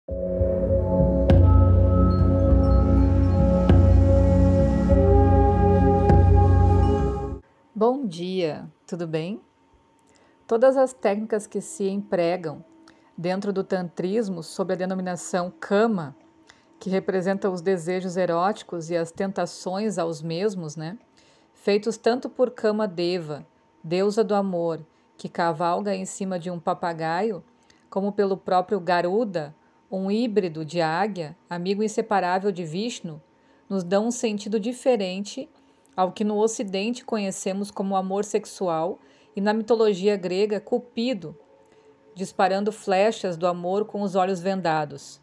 Bom dia, tudo bem? Todas as técnicas que se empregam dentro do tantrismo sob a denominação kama, que representa os desejos eróticos e as tentações aos mesmos, feitos tanto por Kama Deva, deusa do amor, que cavalga em cima de um papagaio, como pelo próprio Garuda, um híbrido de águia, amigo inseparável de Vishnu, nos dão um sentido diferente ao que no Ocidente conhecemos como amor sexual e na mitologia grega Cupido, disparando flechas do amor com os olhos vendados.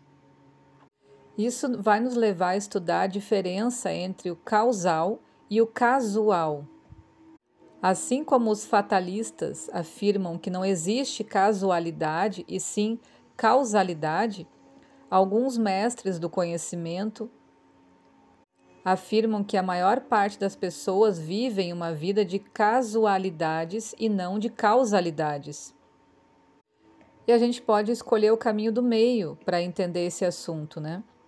Isso vai nos levar a estudar a diferença entre o causal e o casual. Assim como os fatalistas afirmam que não existe casualidade e sim causalidade, alguns mestres do conhecimento afirmam que a maior parte das pessoas vivem uma vida de casualidades e não de causalidades. E a gente pode escolher o caminho do meio para entender esse assunto,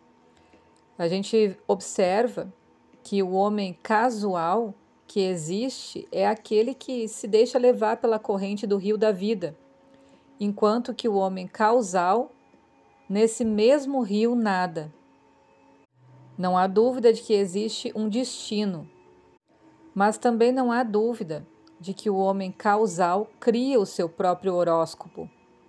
A gente observa que o homem casual que existe é aquele que se deixa levar pela corrente do rio da vida, enquanto que o homem causal, nesse mesmo rio, nada. Não há dúvida de que existe um destino, mas também não há dúvida de que o homem causal cria o seu próprio horóscopo.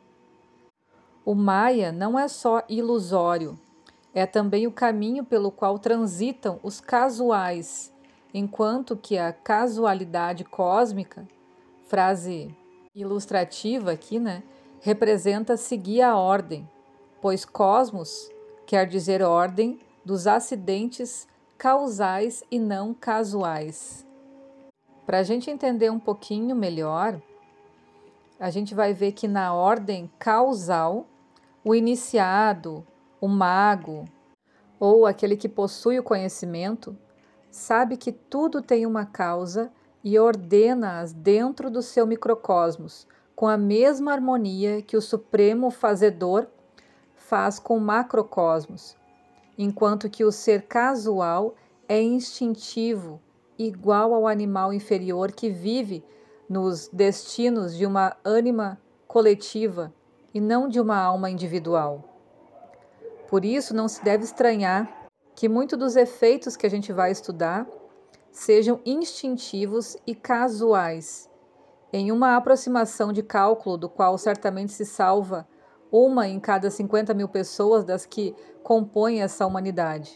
O Maya não é só ilusório, é também o caminho pelo qual transitam os casuais, enquanto que a casualidade cósmica, frase ilustrativa aqui, representa seguir a ordem, pois cosmos quer dizer ordem dos acidentes causais e não casuais. Para a gente entender um pouquinho melhor, a gente vai ver que na ordem causal, o iniciado, o mago ou aquele que possui o conhecimento sabe que tudo tem uma causa e ordena-as dentro do seu microcosmos, com a mesma harmonia que o Supremo Fazedor faz com o macrocosmos, enquanto que o ser casual é instintivo, igual ao animal inferior que vive nos destinos de uma ânima coletiva e não de uma alma individual. Por isso, não se deve estranhar que muitos dos efeitos que a gente vai estudar sejam instintivos e casuais, em uma aproximação de cálculo do qual certamente se salva uma em cada 50.000 pessoas das que compõem essa humanidade.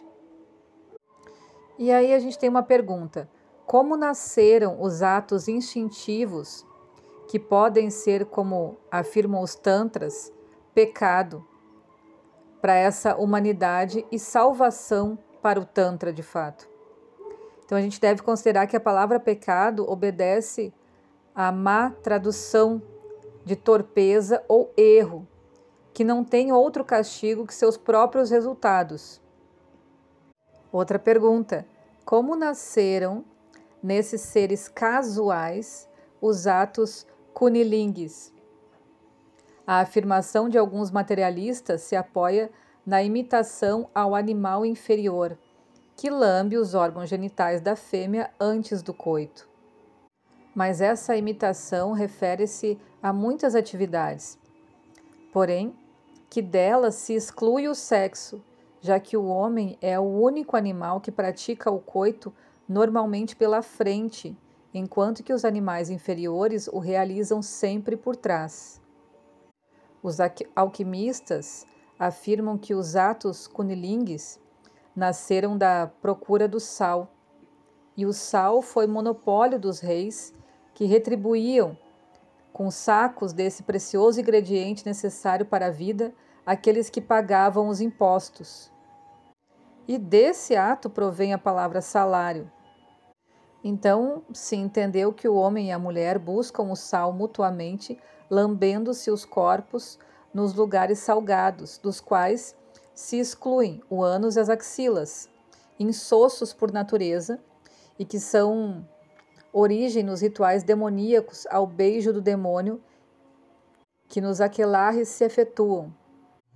E aí a gente tem uma pergunta: como nasceram os atos instintivos que podem ser, como afirmam os tantras, pecado para essa humanidade e salvação para o tantra de fato? Então a gente deve considerar que a palavra pecado obedece à má tradução de torpeza ou erro, que não tem outro castigo que seus próprios resultados. Outra pergunta: como nasceram nesses seres casuais os atos cunilingues? A afirmação de alguns materialistas se apoia na imitação ao animal inferior, que lambe os órgãos genitais da fêmea antes do coito. Mas essa imitação refere-se a muitas atividades, porém, que delas se exclui o sexo, já que o homem é o único animal que pratica o coito normalmente pela frente, enquanto que os animais inferiores o realizam sempre por trás. Os alquimistas afirmam que os atos cunilingues nasceram da procura do sal, e o sal foi monopólio dos reis que retribuíam com sacos desse precioso ingrediente necessário para a vida aqueles que pagavam os impostos. E desse ato provém a palavra salário. Então, se entendeu que o homem e a mulher buscam o sal mutuamente, lambendo-se os corpos nos lugares salgados, dos quais se excluem o ânus e as axilas, insossos por natureza, e que são origem nos rituais demoníacos ao beijo do demônio que nos aquelarres se efetuam.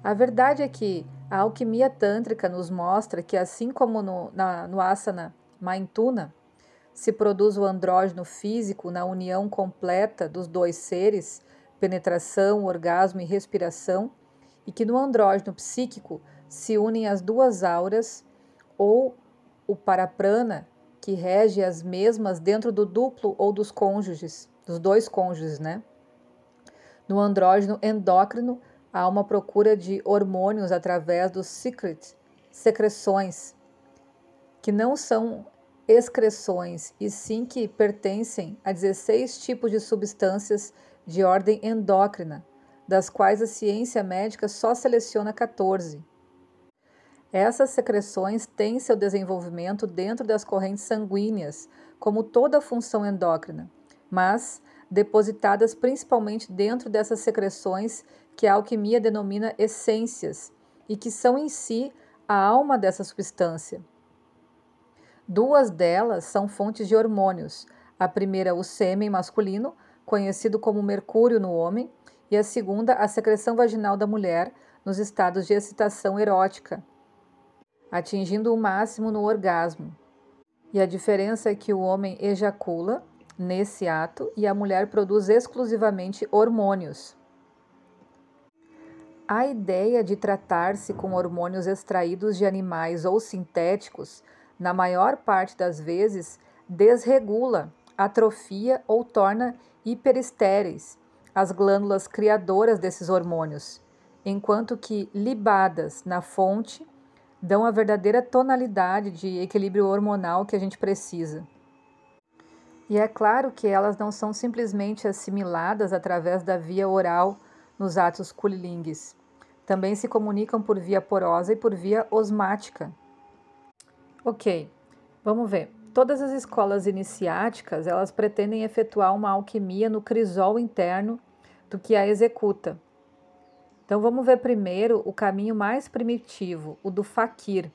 A verdade é que a alquimia tântrica nos mostra que, assim como no asana Maintuna, se produz o andrógeno físico na união completa dos dois seres, penetração, orgasmo e respiração, e que no andrógeno psíquico se unem as duas auras, ou o paraprana, que rege as mesmas dentro do duplo ou dos cônjuges, dos dois cônjuges, né? No andrógeno endócrino, há uma procura de hormônios através dos secreções, que não são excreções, e sim que pertencem a 16 tipos de substâncias de ordem endócrina, das quais a ciência médica só seleciona 14. Essas secreções têm seu desenvolvimento dentro das correntes sanguíneas, como toda a função endócrina, mas depositadas principalmente dentro dessas secreções que a alquimia denomina essências e que são em si a alma dessa substância. Duas delas são fontes de hormônios. A primeira, o sêmen masculino, conhecido como mercúrio no homem, e a segunda, a secreção vaginal da mulher, nos estados de excitação erótica, atingindo o máximo no orgasmo. E a diferença é que o homem ejacula nesse ato e a mulher produz exclusivamente hormônios. A ideia de tratar-se com hormônios extraídos de animais ou sintéticos, na maior parte das vezes, desregula, atrofia ou torna hiperestéreis as glândulas criadoras desses hormônios, enquanto que libadas na fonte dão a verdadeira tonalidade de equilíbrio hormonal que a gente precisa. E é claro que elas não são simplesmente assimiladas através da via oral nos atos cunilingües. Também se comunicam por via porosa e por via osmática. Ok, vamos ver. Todas as escolas iniciáticas, elas pretendem efetuar uma alquimia no crisol interno do que a executa. Então vamos ver primeiro o caminho mais primitivo, o do faquir.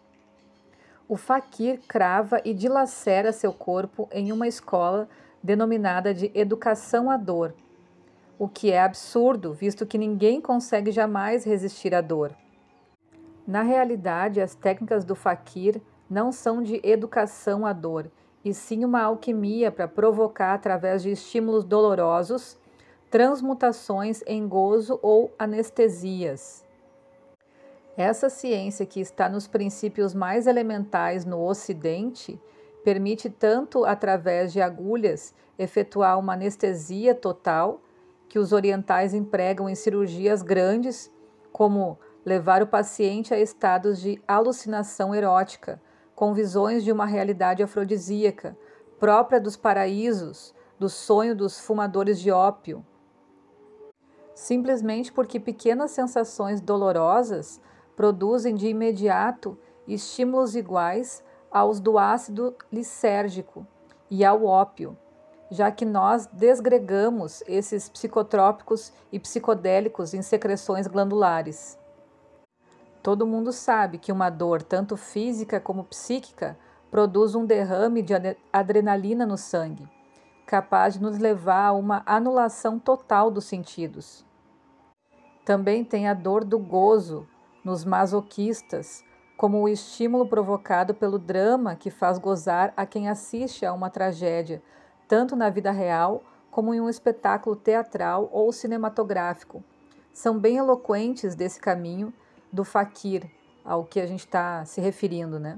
O faquir crava e dilacera seu corpo em uma escola denominada de educação à dor, o que é absurdo, visto que ninguém consegue jamais resistir à dor. Na realidade, as técnicas do faquir não são de educação à dor, e sim uma alquimia para provocar, através de estímulos dolorosos, transmutações em gozo ou anestesias. Essa ciência, que está nos princípios mais elementais no Ocidente, permite tanto através de agulhas efetuar uma anestesia total, que os orientais empregam em cirurgias grandes, como levar o paciente a estados de alucinação erótica, com visões de uma realidade afrodisíaca, própria dos paraísos, do sonho dos fumadores de ópio. Simplesmente porque pequenas sensações dolorosas produzem de imediato estímulos iguais aos do ácido lisérgico e ao ópio, já que nós desgregamos esses psicotrópicos e psicodélicos em secreções glandulares. Todo mundo sabe que uma dor, tanto física como psíquica, produz um derrame de adrenalina no sangue, capaz de nos levar a uma anulação total dos sentidos. Também tem a dor do gozo nos masoquistas, como o estímulo provocado pelo drama que faz gozar a quem assiste a uma tragédia, tanto na vida real como em um espetáculo teatral ou cinematográfico. São bem eloquentes desse caminho do faquir, ao que a gente está se referindo, né?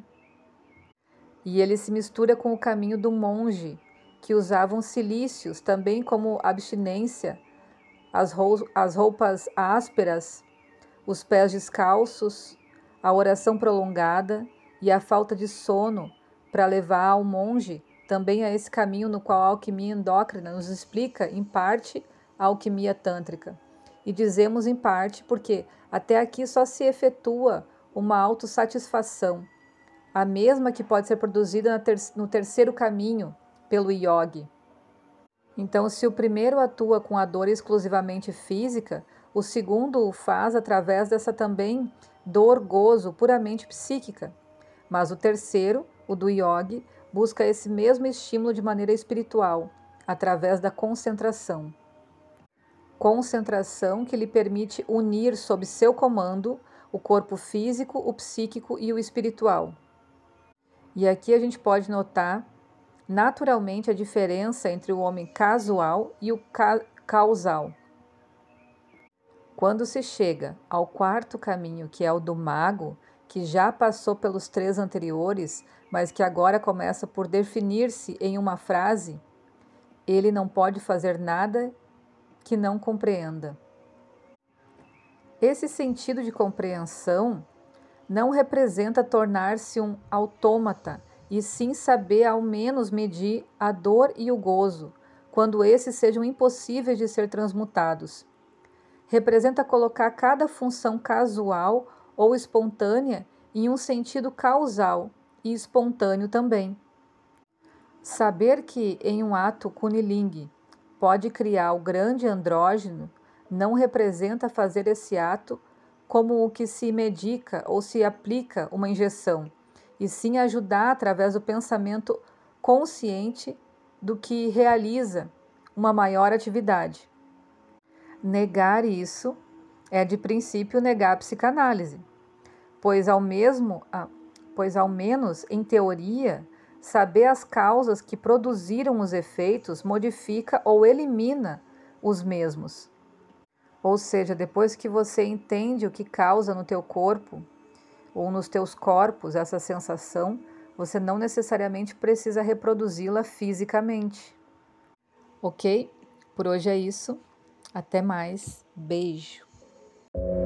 E ele se mistura com o caminho do monge, que usavam cilícios também como abstinência, as roupas ásperas, os pés descalços, a oração prolongada e a falta de sono para levar ao monge também a esse caminho no qual a alquimia endócrina nos explica, em parte, a alquimia tântrica. E dizemos em parte porque até aqui só se efetua uma autossatisfação, a mesma que pode ser produzida no terceiro caminho, pelo yogi. Então, se o primeiro atua com a dor exclusivamente física, o segundo o faz através dessa também dor-gozo puramente psíquica. Mas o terceiro, o do yogi, busca esse mesmo estímulo de maneira espiritual, através da concentração. concentração que lhe permite unir sob seu comando o corpo físico, o psíquico e o espiritual. E aqui a gente pode notar naturalmente a diferença entre o homem casual e o causal. Quando se chega ao quarto caminho, que é o do mago, que já passou pelos 3 anteriores, mas que agora começa por definir-se em uma frase, ele não pode fazer nada que não compreenda. Esse sentido de compreensão não representa tornar-se um autômata, e sim saber ao menos medir a dor e o gozo, quando esses sejam impossíveis de ser transmutados. Representa colocar cada função casual ou espontânea em um sentido causal e espontâneo também. Saber que em um ato cunilingue pode criar o grande andrógeno não representa fazer esse ato como o que se medica ou se aplica uma injeção, e sim ajudar através do pensamento consciente do que realiza uma maior atividade. Negar isso é, de princípio, negar a psicanálise, pois ao menos em teoria, saber as causas que produziram os efeitos modifica ou elimina os mesmos. Ou seja, depois que você entende o que causa no teu corpo ou nos teus corpos essa sensação, você não necessariamente precisa reproduzi-la fisicamente. Ok? Por hoje é isso. Até mais. Beijo.